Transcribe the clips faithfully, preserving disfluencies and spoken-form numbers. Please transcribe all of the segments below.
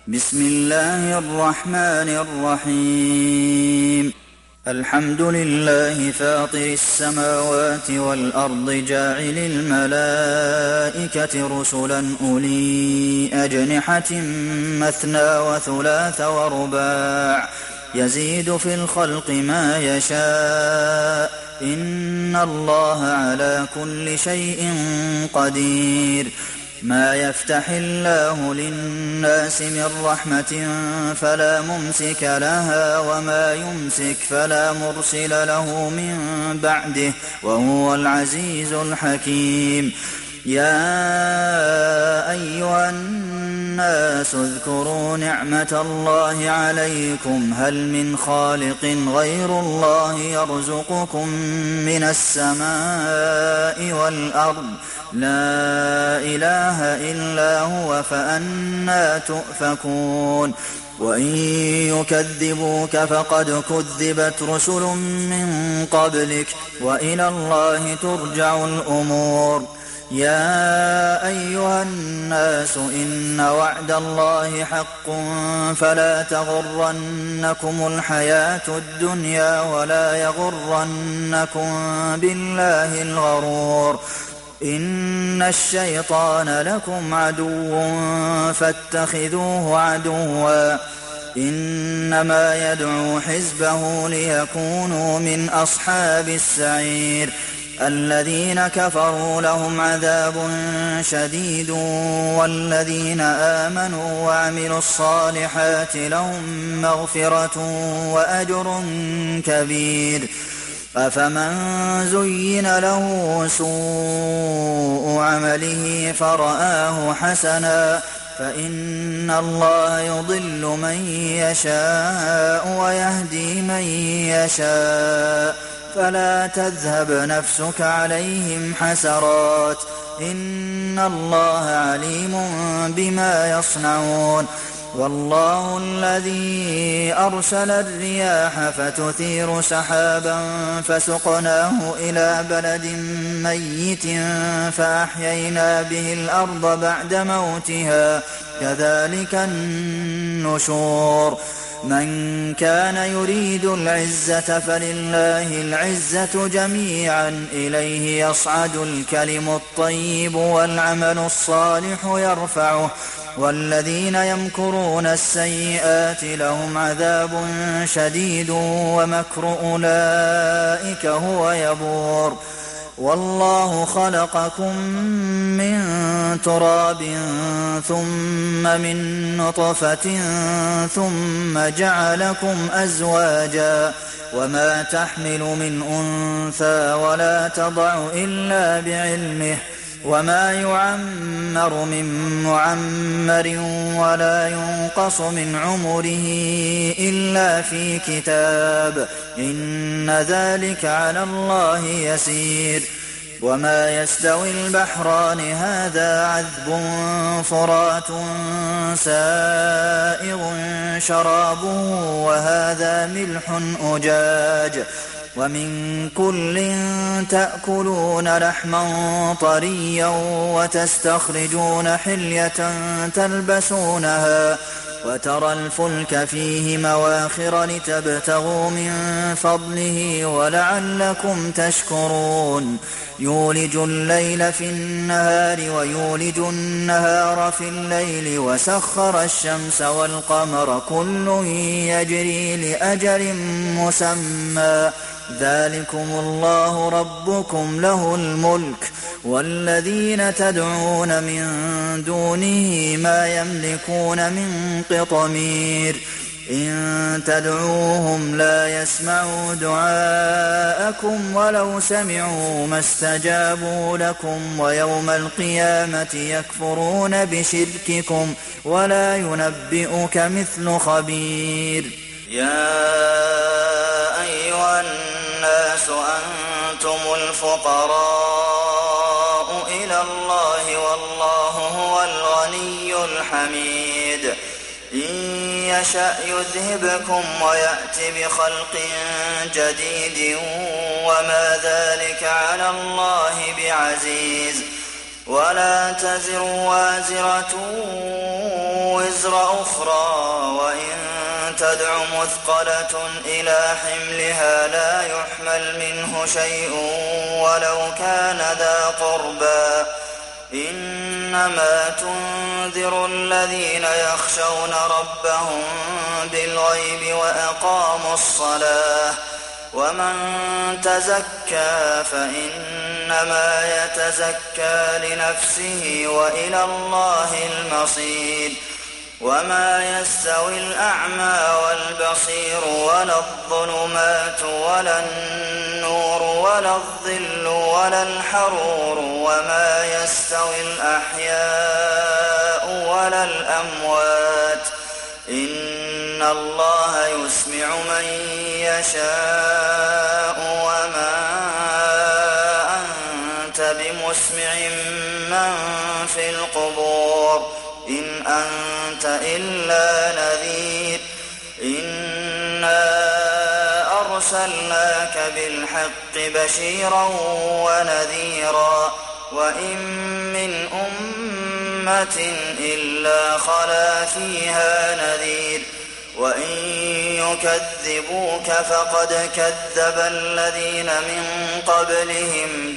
بسم الله الرحمن الرحيم الحمد لله فاطر السماوات والأرض جاعل الملائكة رسلا أولي أجنحة مثنى وثلاث ورباع يزيد في الخلق ما يشاء إن الله على كل شيء قدير ما يفتح الله للناس من رحمة فلا ممسك لها وما يمسك فلا مرسل له من بعده وهو العزيز الحكيم يا أيها الناس اذكروا نعمة الله عليكم هل من خالق غير الله يرزقكم من السماء والأرض لا إله إلا هو فأنى تؤفكون وإن يكذبوك فقد كذبت رسل من قبلك وإلى الله ترجع الأمور يا أيها الناس إن وعد الله حق فلا تغرنكم الحياة الدنيا ولا يغرنكم بالله الغرور إن الشيطان لكم عدو فاتخذوه عدوا إنما يدعو حزبه ليكونوا من أصحاب السعير الذين كفروا لهم عذاب شديد والذين آمنوا وعملوا الصالحات لهم مغفرة وأجر كبير أفمن زين له سوء عمله فرآه حسنا فإن الله يضل من يشاء ويهدي من يشاء فلا تذهب نفسك عليهم حسرات إن الله عليم بما يصنعون والله الذي أرسل الرياح فتثير سحابا فسقناه إلى بلد ميت فأحيينا به الأرض بعد موتها كذلك النشور من كان يريد العزة فلله العزة جميعا إليه يصعد الكلم الطيب والعمل الصالح يرفعه والذين يمكرون السيئات لهم عذاب شديد ومكر أولئك هو يبور والله خلقكم من تراب ثم من نطفة ثم جعلكم أزواجا وما تحمل من أنثى ولا تضع إلا بعلمه وما يعمر من معمر ولا ينقص من عمره إلا في كتاب إن ذلك على الله يسير وما يستوي البحران هذا عذب فرات سائغ شرابه وهذا ملح أجاج ومن كل تأكلون لحما طريا وتستخرجون حلية تلبسونها وترى الفلك فيه مواخر لتبتغوا من فضله ولعلكم تشكرون يولج الليل في النهار ويولج النهار في الليل وسخر الشمس والقمر كل يجري لأجل مسمى ذلكم الله ربكم له الملك والذين تدعون من دونه ما يملكون من قطمير إن تدعوهم لا يسمعوا دعاءكم ولو سمعوا ما استجابوا لكم ويوم القيامة يكفرون بشرككم ولا ينبئك مثل خبير يا أيها الناس أنتم الفقراء إلى الله والله هو الغني الحميد إن يشأ يذهبكم ويأت بخلق جديد وما ذلك على الله بعزيز ولا تزر وازرة وزر أخرى وإن تدع مثقلة إلى حملها لا يحمل منه شيء ولو كان ذا قربى إنما تنذر الذين يخشون ربهم بالغيب وأقاموا الصلاة ومن تزكى فإنما يتزكى لنفسه وإلى الله المصير وما يستوي الأعمى والبصير ولا الظلمات ولا النور ولا الظل ولا الحرور وما يستوي الأحياء ولا الأموات إن الله يسمع من يشاء وما أنت بمسمع من في القبور إن أنت إلا نذير إنا أرسلناك بالحق بشيرا ونذيرا وإن من أمة إلا خلا فيها نذير وإن يكذبوك فقد كذب الذين من قبلهم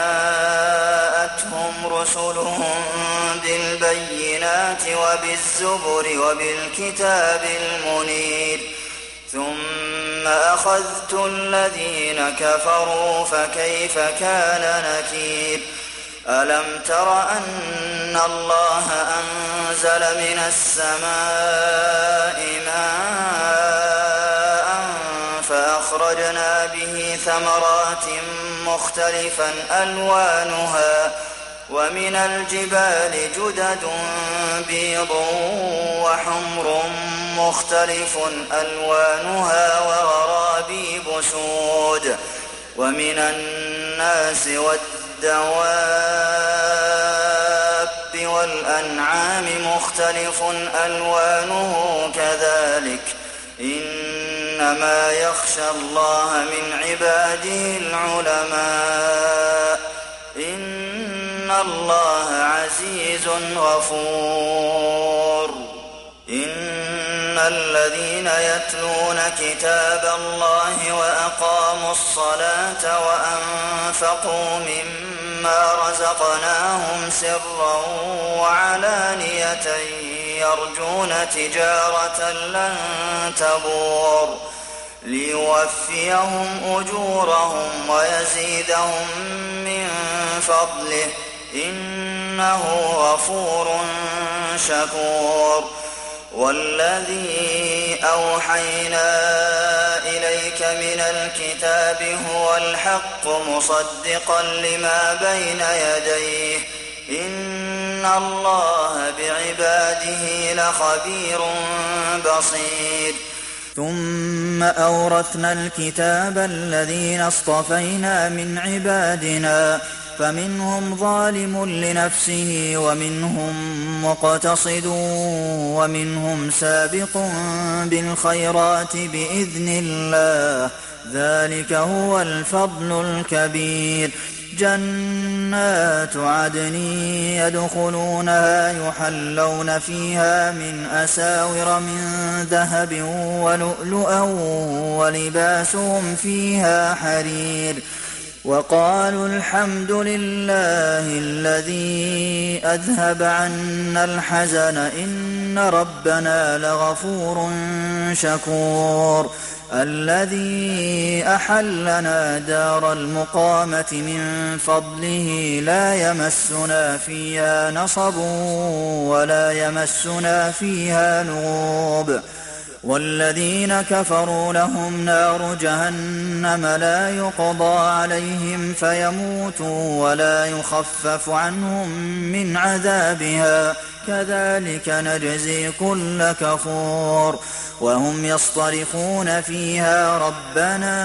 جاءتهم رسلهم بالبينات وبالزبر وبالكتاب المنير ثم أخذت الذين كفروا فكيف كان نكير ألم تر أن الله أنزل من السماء ماء فأخرجنا به ثمرات مختلفا ألوانها ومن الجبال جدد بيض وحمر مختلف ألوانها وغرابيب سود ومن الناس والدواب والأنعام مختلف ألوانه كذلك إنما يخشى الله من عباده العلماء إن الله عزيز غفور إن الذين يتلون كتاب الله وأقاموا الصلاة وأنفقوا مما رزقناهم سرا وعلانية يرجون تجارة لن تبور ليوفيهم أجورهم ويزيدهم من فضله إنه غفور شكور والذي أوحينا إليك من الكتاب هو الحق مصدقا لما بين يديه إن الله بعباده لخبير بصير ثم أورثنا الكتاب الذين اصطفينا من عبادنا فمنهم ظالم لنفسه ومنهم مقتصد ومنهم سابق بالخيرات بإذن الله ذلك هو الفضل الكبير جنات عدن يدخلونها يحلون فيها من أساور من ذهب ولؤلؤا ولباسهم فيها حرير وقالوا الحمد لله الذي أذهب عنا الحزن إن ربنا لغفور شكور الذي أحلنا دار المقامة من فضله لا يمسنا فيها نصب ولا يمسنا فيها لغوب والذين كفروا لهم نار جهنم لا يقضى عليهم فيموتوا ولا يخفف عنهم من عذابها كذلك نجزي كل كفور وهم يصطرخون فيها ربنا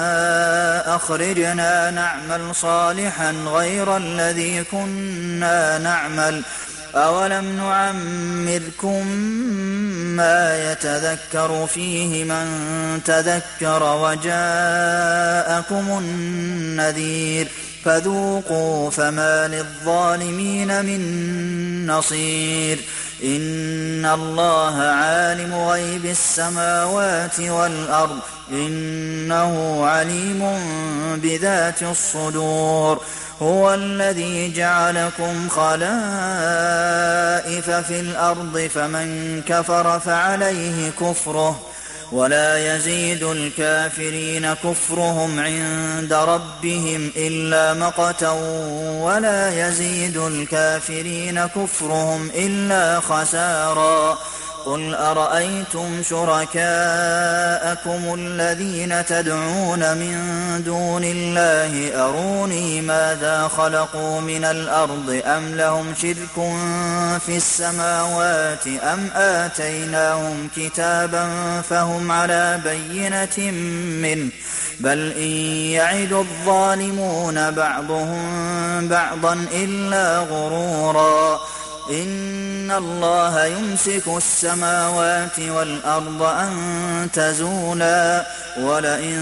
أخرجنا نعمل صالحا غير الذي كنا نعمل أولم نعمركم ما يتذكر فيه من تذكر وجاءكم النذير فذوقوا فما للظالمين من نصير إن الله عالم غيب السماوات والأرض إنه عليم بذات الصدور هو الذي جعلكم خلائف في الأرض فمن كفر فعليه كفره ولا يزيد الكافرين كفرهم عند ربهم إلا مقتا ولا يزيد الكافرين كفرهم إلا خسارا قل أرأيتم شركاءكم الذين تدعون من دون الله أروني ماذا خلقوا من الأرض أم لهم شرك في السماوات أم آتيناهم كتابا فهم على بينة منه بل إن يعد الظالمون بعضهم بعضا إلا غرورا إن الله يمسك السماوات والأرض أن تزولا ولئن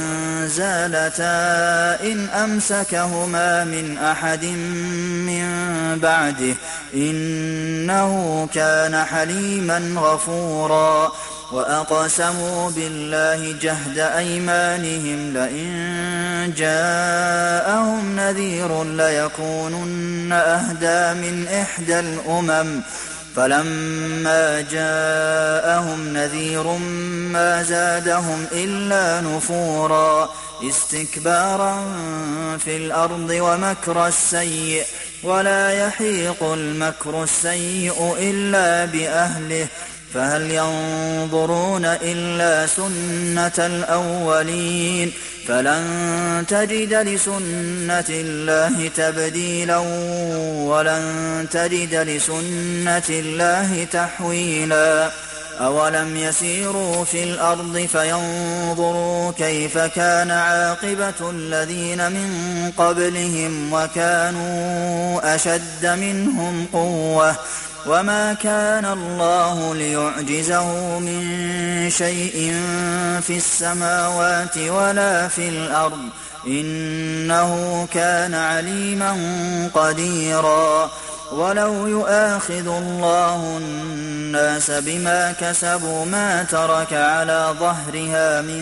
زالتا إن أمسكهما من أحد من بعده إنه كان حليما غفورا وأقسموا بالله جهد أيمانهم لئن جاءهم نذير ليكونن أهدى من إحدى الأمم فلما جاءهم نذير ما زادهم إلا نفورا استكبارا في الأرض ومكر السيء ولا يحيق المكر السيء إلا بأهله فهل ينظرون إلا سنة الأولين فلن تجد لسنة الله تبديلا ولن تجد لسنة الله تحويلا أولم يسيروا في الأرض فينظروا كيف كان عاقبة الذين من قبلهم وكانوا أشد منهم قوة وما كان الله ليعجزه من شيء في السماوات ولا في الأرض إنه كان عليما قديرا ولو يؤاخذ الله الناس بما كسبوا ما ترك على ظهرها من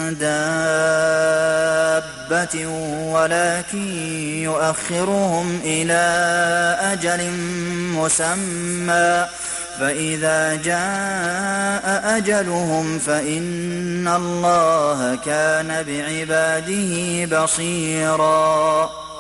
دابة ولكن يؤخرهم إلى أجل مسمى فإذا جاء أجلهم فإن الله كان بعباده بصيرا